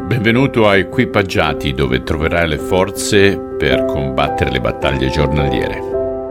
Benvenuto a Equipaggiati, dove troverai le forze per combattere le battaglie giornaliere.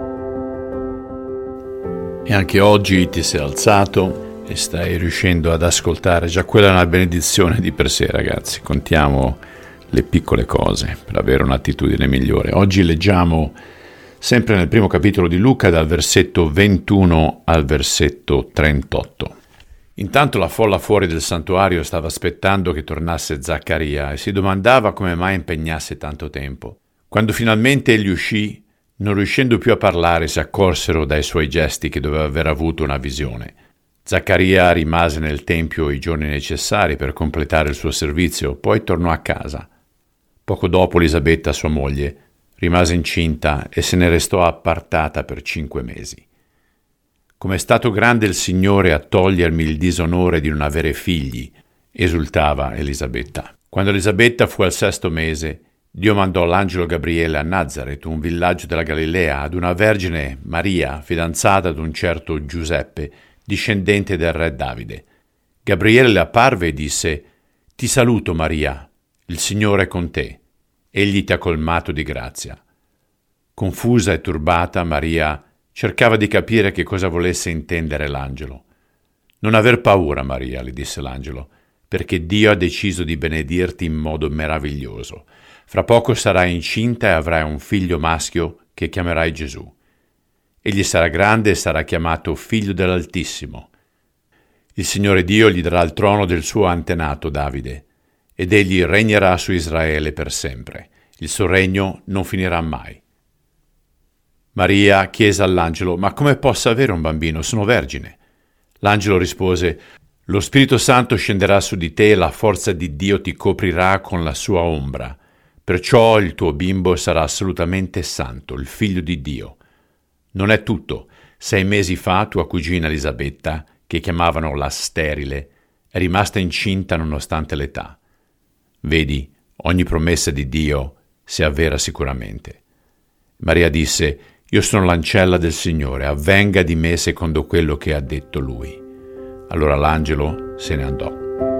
E anche oggi ti sei alzato e stai riuscendo ad ascoltare. Già quella è una benedizione di per sé, ragazzi. Contiamo le piccole cose per avere un'attitudine migliore. Oggi leggiamo sempre nel primo capitolo di Luca, dal versetto 21 al versetto 38. Intanto la folla fuori del santuario stava aspettando che tornasse Zaccaria e si domandava come mai impegnasse tanto tempo. Quando finalmente egli uscì, non riuscendo più a parlare, si accorsero dai suoi gesti che doveva aver avuto una visione. Zaccaria rimase nel tempio i giorni necessari per completare il suo servizio, poi tornò a casa. Poco dopo Elisabetta, sua moglie, rimase incinta e se ne restò appartata per 5 mesi. Come è stato grande il Signore a togliermi il disonore di non avere figli, esultava Elisabetta. Quando Elisabetta fu al 6° mese, Dio mandò l'angelo Gabriele a Nazaret, un villaggio della Galilea, ad una vergine Maria, fidanzata ad un certo Giuseppe, discendente del re Davide. Gabriele le apparve e disse: «Ti saluto, Maria, il Signore è con te. Egli ti ha colmato di grazia». Confusa e turbata, Maria cercava di capire che cosa volesse intendere l'angelo. «Non aver paura, Maria», le disse l'angelo, «perché Dio ha deciso di benedirti in modo meraviglioso. Fra poco sarai incinta e avrai un figlio maschio che chiamerai Gesù. Egli sarà grande e sarà chiamato Figlio dell'Altissimo. Il Signore Dio gli darà il trono del suo antenato Davide, ed egli regnerà su Israele per sempre. Il suo regno non finirà mai». Maria chiese all'angelo: «Ma come posso avere un bambino? Sono vergine». L'angelo rispose: «Lo Spirito Santo scenderà su di te e la forza di Dio ti coprirà con la sua ombra. Perciò il tuo bimbo sarà assolutamente santo, il figlio di Dio. Non è tutto. 6 mesi fa tua cugina Elisabetta, che chiamavano la sterile, è rimasta incinta nonostante l'età. Vedi, ogni promessa di Dio si avvera sicuramente». Maria disse: «Io sono l'ancella del Signore, avvenga di me secondo quello che ha detto Lui». Allora l'angelo se ne andò.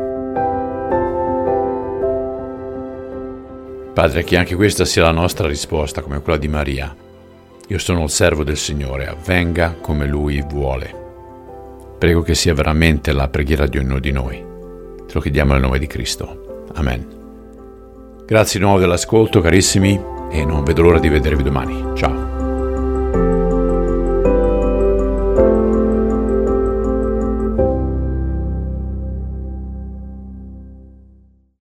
Padre, che anche questa sia la nostra risposta, come quella di Maria. Io sono il servo del Signore, avvenga come Lui vuole. Prego che sia veramente la preghiera di ognuno di noi. Te lo chiediamo nel nome di Cristo. Amen. Grazie di nuovo dell'ascolto, carissimi, e non vedo l'ora di vedervi domani. Ciao.